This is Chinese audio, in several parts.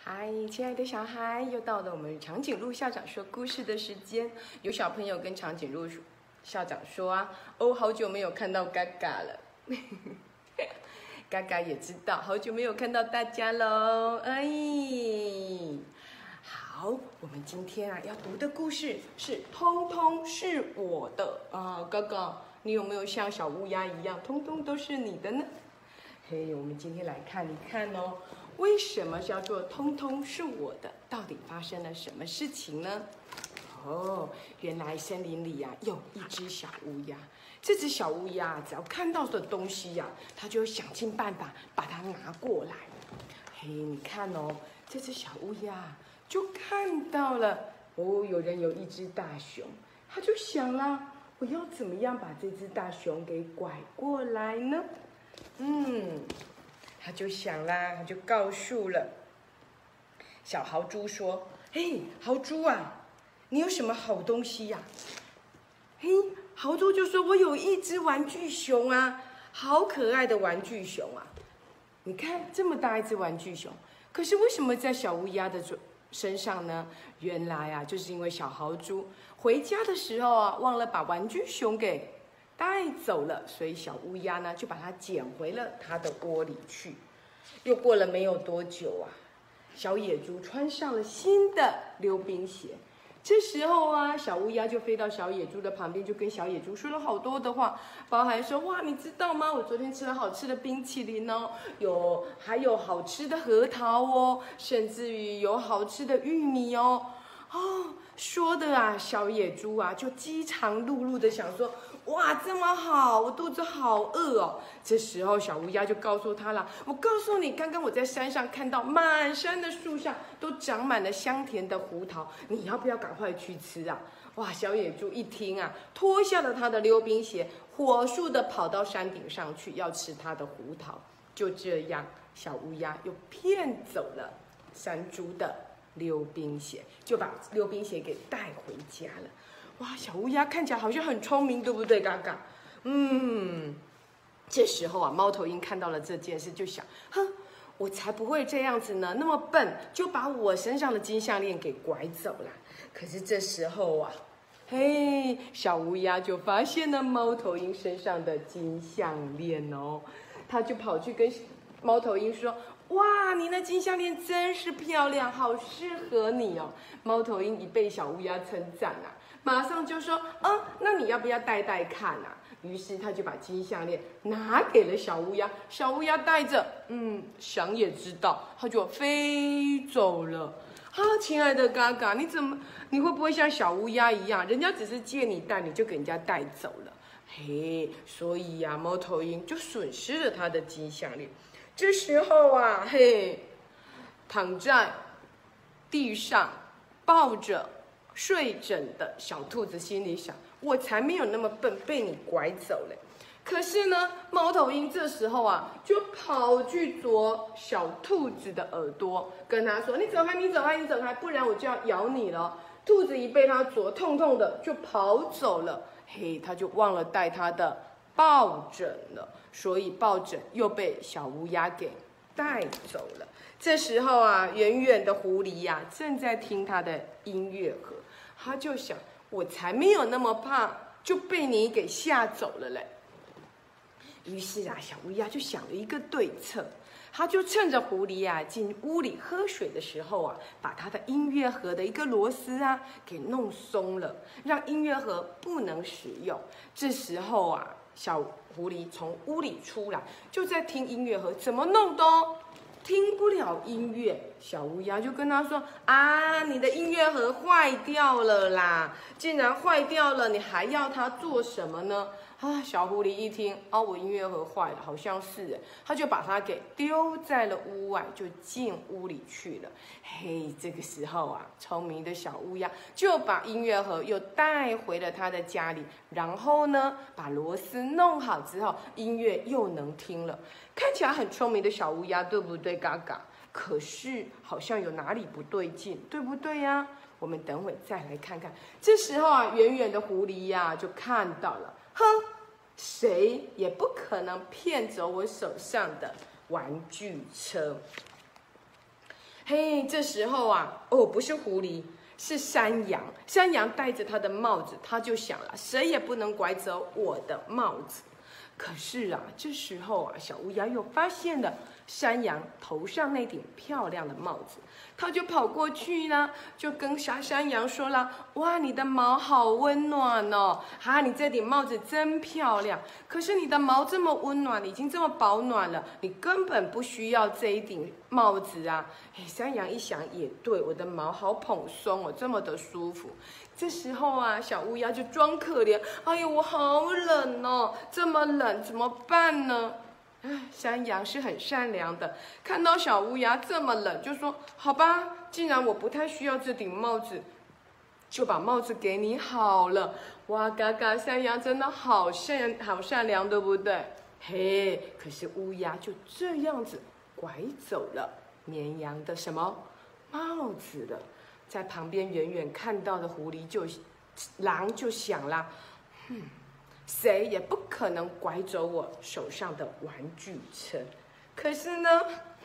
嗨，亲爱的小孩，又到了我们长颈鹿校长说故事的时间。有小朋友跟长颈鹿校长说啊，哦，好久没有看到嘎嘎了。嘎嘎也知道，好久没有看到大家喽。哎，好，我们今天要读的故事是《通通是我的》啊。嘎嘎，你有没有像小乌鸦一样，通通都是你的呢？嘿，我们今天来看一看哦。为什么叫做通通是我的？到底发生了什么事情呢？哦，原来森林里有一只小乌鸦。这只小乌鸦只要看到的东西它就想尽办法把它拿过来。嘿，你看哦，这只小乌鸦就看到了有人有一只大熊，它就想啦，我要怎么样把这只大熊给拐过来呢？他就想啦，他就告诉了小豪猪说：“嘿，豪猪啊，你有什么好东西呀？”嘿，豪猪就说：“我有一只玩具熊啊，好可爱的玩具熊啊！你看这么大一只玩具熊，可是为什么在小乌鸦的身上呢？原来就是因为小豪猪回家的时候忘了把玩具熊给带走了，所以小乌鸦呢就把它捡回了它的窝里去。又过了没有多久小野猪穿上了新的溜冰鞋。这时候小乌鸦就飞到小野猪的旁边，就跟小野猪说了好多的话，包含说：哇，你知道吗？我昨天吃了好吃的冰淇淋哦，还有好吃的核桃哦，甚至于有好吃的玉米哦。说的小野猪就饥肠辘辘的想说：哇，这么好，我肚子好饿哦。这时候小乌鸦就告诉他了：我告诉你，刚刚我在山上看到满山的树上都长满了香甜的胡桃，你要不要赶快去吃啊？哇，小野猪一听脱下了他的溜冰鞋，火速的跑到山顶上去要吃他的胡桃。就这样，小乌鸦又骗走了山猪的溜冰鞋，就把溜冰鞋给带回家了。哇，小乌鸦看起来好像很聪明，对不对，嘎嘎？这时候猫头鹰看到了这件事，就想：哼，我才不会这样子呢，那么笨，就把我身上的金项链给拐走了。可是这时候嘿，小乌鸦就发现了猫头鹰身上的金项链哦，他就跑去跟猫头鹰说：哇，你那金项链真是漂亮，好适合你哦。猫头鹰一被小乌鸦称赞马上就说：那你要不要戴戴看于是他就把金项链拿给了小乌鸦，小乌鸦戴着，想也知道，他就飞走了。亲爱的嘎嘎，你会不会像小乌鸦一样，人家只是借你戴，你就给人家带走了？嘿，所以猫头鹰就损失了他的金项链。这时候躺在地上抱着睡枕的小兔子心里想：我才没有那么笨，被你拐走了。可是呢，猫头鹰这时候就跑去啄小兔子的耳朵，跟他说：你走开，你走开，你走开，不然我就要咬你了。兔子一被他啄，痛痛的就跑走了。嘿，他就忘了带他的抱枕了，所以抱枕又被小乌鸦给带走了。这时候远远的狐狸正在听他的音乐盒，他就想：我才没有那么怕，就被你给吓走了嘞。于是小乌鸦就想了一个对策，他就趁着狐狸进屋里喝水的时候把他的音乐盒的一个螺丝给弄松了，让音乐盒不能使用。这时候小狐狸从屋里出来，就在听音乐盒，怎么弄都听不了音乐。小乌鸦就跟他说：你的音乐盒坏掉了啦！既然坏掉了，你还要它做什么呢？小狐狸一听，我音乐盒坏了，好像是他就把它给丢在了屋外，就进屋里去了。嘿，这个时候聪明的小乌鸦就把音乐盒又带回了他的家里，然后呢，把螺丝弄好之后，音乐又能听了。看起来很聪明的小乌鸦，对不对，嘎嘎？可是好像有哪里不对劲，对不对呀？我们等会再来看看。这时候远远的狐狸就看到了，哼，谁也不可能骗走我手上的玩具车。 嘿，这时候啊，哦，不是狐狸，是山羊。山羊戴着他的帽子，他就想了，谁也不能拐走我的帽子。可是啊，这时候啊，小乌鸦又发现了山羊头上那顶漂亮的帽子，他就跑过去呢，就跟山羊说了：“哇，你的毛好温暖哦，哈，你这顶帽子真漂亮。可是你的毛这么温暖，已经这么保暖了，你根本不需要这一顶帽子啊。”哎，山羊一想也对，我的毛好蓬松哦，这么的舒服。这时候啊，小乌鸦就装可怜，哎呦，我好冷哦，这么冷怎么办呢？哎，山羊是很善良的，看到小乌鸦这么冷，就说：“好吧，既然我不太需要这顶帽子，就把帽子给你好了。”哇，嘎嘎，山羊真的好善良，对不对？嘿，可是乌鸦就这样子拐走了绵羊的什么帽子了。在旁边远远看到的狼就想啦，谁也不可能拐走我手上的玩具车。可是呢，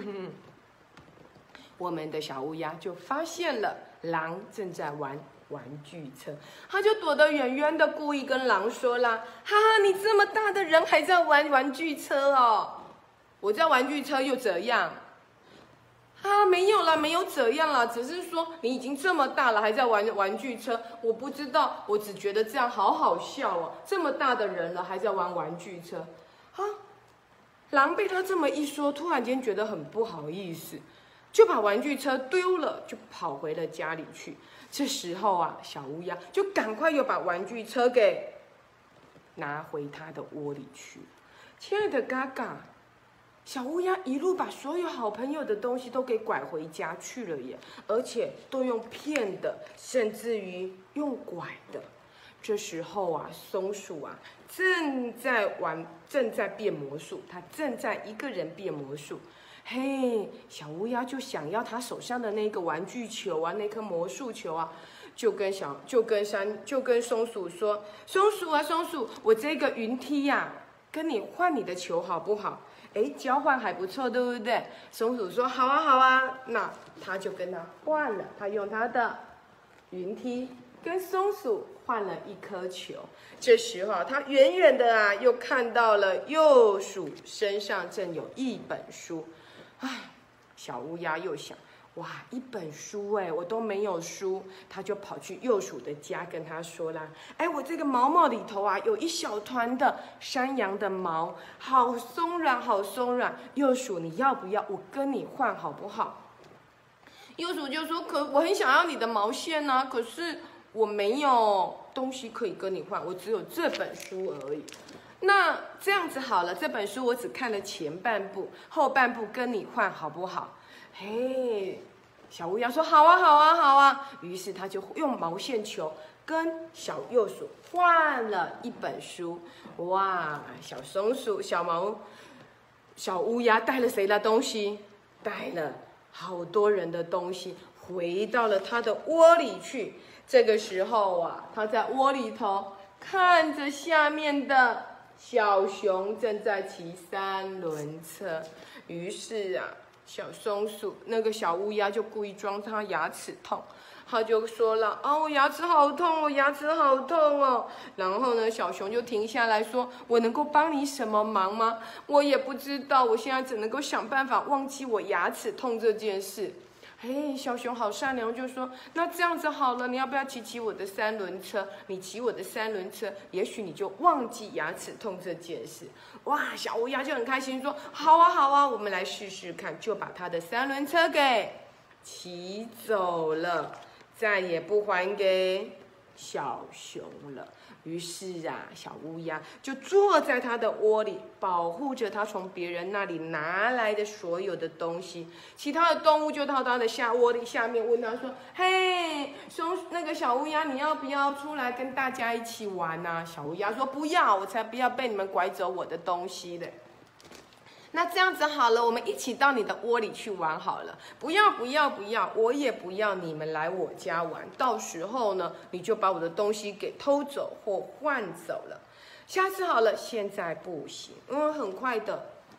我们的小乌鸦就发现了狼正在玩玩具车，他就躲得远远的，故意跟狼说啦：“哈哈，你这么大的人还在玩玩具车哦？我在玩具车又怎样？”啊，没有啦，没有这样啦，只是说你已经这么大了，还在玩玩具车。我不知道，我只觉得这样好好笑哦。这么大的人了，还在玩玩具车，啊！狼被他这么一说，突然间觉得很不好意思，就把玩具车丢了，就跑回了家里去。这时候啊，小乌鸦就赶快又把玩具车给拿回他的窝里去。亲爱的嘎嘎。小乌鸦一路把所有好朋友的东西都给拐回家去了耶，而且都用骗的，甚至于用拐的。这时候啊，松鼠啊正在变魔术，它正在一个人变魔术。嘿，小乌鸦就想要他手上的那个玩具球啊，那颗魔术球啊，就跟松鼠说：“松鼠啊，松鼠，我这个云梯呀，跟你换你的球好不好？”哎，交换还不错，对不对？松鼠说：“好啊，好啊。”那他就跟他换了，他用他的云梯跟松鼠换了一颗球。这时候他远远的啊，又看到了鼬鼠身上正有一本书。唉，小乌鸦又想：哇，一本书哎，我都没有书。他就跑去鼬鼠的家，跟他说啦：“哎，我这个毛里头啊，有一小团的山羊的毛，好松软，好松软。鼬鼠，你要不要？我跟你换好不好？”鼬鼠就说：“我很想要你的毛线啊，可是我没有东西可以跟你换，我只有这本书而已。那这样子好了，这本书我只看了前半部，后半部跟你换好不好？”嘿，小乌鸦说：“好啊，好啊，好啊。”于是他就用毛线球跟小鼬鼠换了一本书。哇，小松鼠、小乌鸦带了谁的东西？带了好多人的东西，回到了他的窝里去。这个时候啊，他在窝里头看着下面的小熊正在骑3轮车，于是啊。小松鼠那个小乌鸦就故意装它牙齿痛，他就说了：“啊，我牙齿好痛，我牙齿好痛哦。”然后呢，小熊就停下来说：“我能够帮你什么忙吗？我也不知道，我现在只能够想办法忘记我牙齿痛这件事。”嘿，小熊好善良，就说：“那这样子好了，你要不要骑我的3轮车？你骑我的3轮车，也许你就忘记牙齿痛这件事。”哇，小乌鸦就很开心，说：“好啊，好啊，我们来试试看。”就把他的3轮车给骑走了，再也不还给小熊了。于是啊，小乌鸦就坐在他的窝里，保护着他从别人那里拿来的所有的东西。其他的动物就到他的窝里下面问他说：“嘿，那个小乌鸦，你要不要出来跟大家一起玩啊？”小乌鸦说：“不要，我才不要被你们拐走我的东西的。”那这样子好了，我们一起到你的窝里去玩好了。不要，我也不要你们来我家玩。到时候呢，你就把我的东西给偷走或换走了。下次好了，现在不行，因为很快的，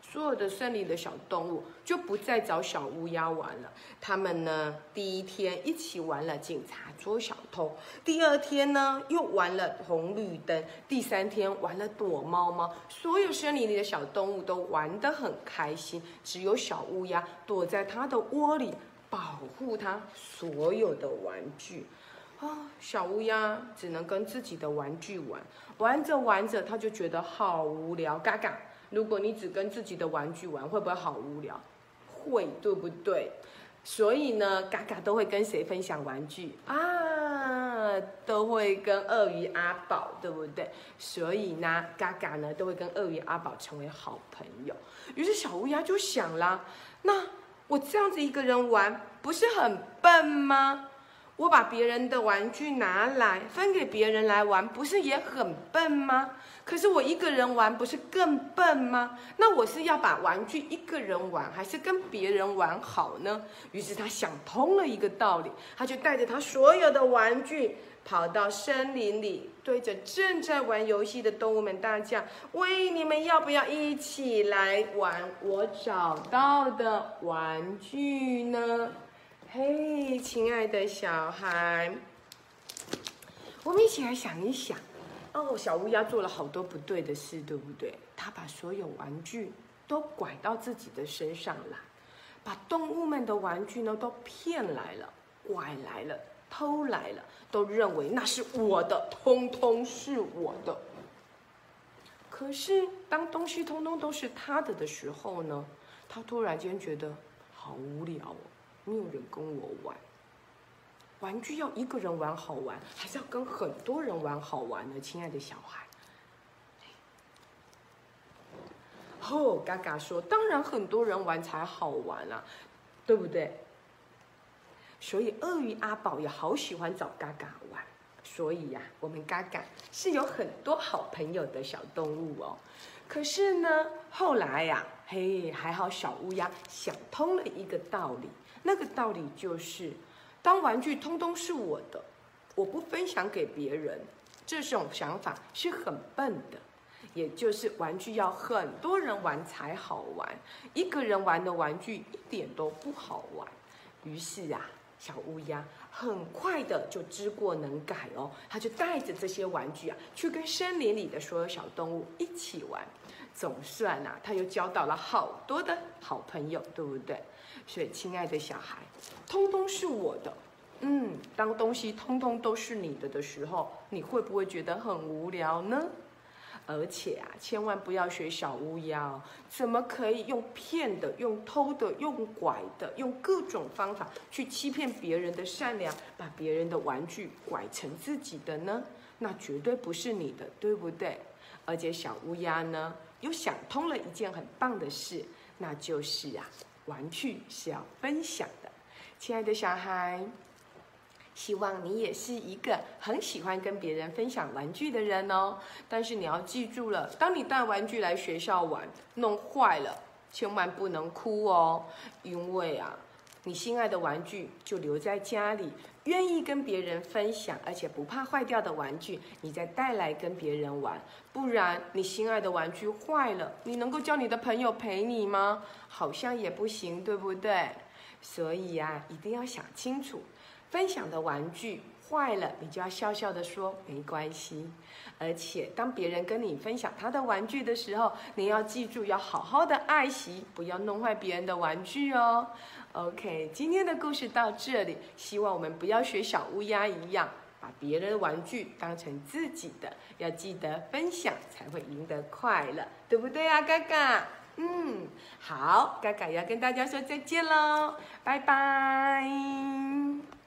所有的森林的小动物就不再找小乌鸦玩了。他们呢，第一天一起玩了警察捉小偷，第二天呢又玩了红绿灯，第三天玩了躲猫猫。所有森林里的小动物都玩得很开心，只有小乌鸦躲在它的窝里，保护它所有的玩具。小乌鸦只能跟自己的玩具玩，玩着玩着，它就觉得好无聊。嘎嘎，如果你只跟自己的玩具玩，会不会好无聊？会，对不对？所以呢，嘎嘎都会跟谁分享玩具啊？都会跟鳄鱼阿宝，对不对？所以呢，嘎嘎呢都会跟鳄鱼阿宝成为好朋友。于是小乌鸦就想啦，那我这样子一个人玩，不是很笨吗？我把别人的玩具拿来分给别人来玩，不是也很笨吗？可是我一个人玩，不是更笨吗？那我是要把玩具一个人玩，还是跟别人玩好呢？于是他想通了一个道理，他就带着他所有的玩具，跑到森林里，对着正在玩游戏的动物们大叫：喂，你们要不要一起来玩我找到的玩具呢？嘿，亲爱的小孩，我们一起来想一想。小乌鸦做了好多不对的事，对不对？它把所有玩具都拐到自己的身上来，把动物们的玩具呢都骗来了、拐来了、偷来了，都认为那是我的，通通是我的。可是当东西通通都是他的时候呢，他突然间觉得好无聊哦。没有人跟我玩，玩具要一个人玩好玩，还是要跟很多人玩好玩呢？亲爱的小孩，嘎嘎说，当然很多人玩才好玩啊，对不对？所以鳄鱼阿宝也好喜欢找嘎嘎玩，所以呀，我们嘎嘎是有很多好朋友的小动物哦。可是呢，后来呀，还好小乌鸦想通了一个道理。那个道理就是，当玩具通通是我的，我不分享给别人，这种想法是很笨的。也就是玩具要很多人玩才好玩，一个人玩的玩具一点都不好玩。于是啊，小乌鸦很快的就知过能改哦，他就带着这些玩具啊，去跟森林里的所有小动物一起玩。总算啊，他又交到了好多的好朋友，对不对？所以，亲爱的小孩，通通是我的。当东西通通都是你的时候，你会不会觉得很无聊呢？而且啊，千万不要学小乌鸦哦，怎么可以用骗的、用偷的、用拐的、用各种方法去欺骗别人的善良，把别人的玩具拐成自己的呢？那绝对不是你的，对不对？而且小乌鸦呢，又想通了一件很棒的事，那就是啊，玩具是要分享的。亲爱的小孩，希望你也是一个很喜欢跟别人分享玩具的人哦。但是你要记住了，当你带玩具来学校玩，弄坏了，千万不能哭哦，因为啊，你心爱的玩具就留在家里，愿意跟别人分享，而且不怕坏掉的玩具，你再带来跟别人玩。不然，你心爱的玩具坏了，你能够叫你的朋友陪你吗？好像也不行，对不对？所以啊，一定要想清楚，分享的玩具坏了，你就要笑笑的说没关系。而且，当别人跟你分享他的玩具的时候，你要记住要好好的爱惜，不要弄坏别人的玩具哦。OK， 今天的故事到这里，希望我们不要学小乌鸦一样，把别人的玩具当成自己的，要记得分享，才会赢得快乐，对不对啊，嘎嘎？好，嘎嘎要跟大家说再见喽，拜拜。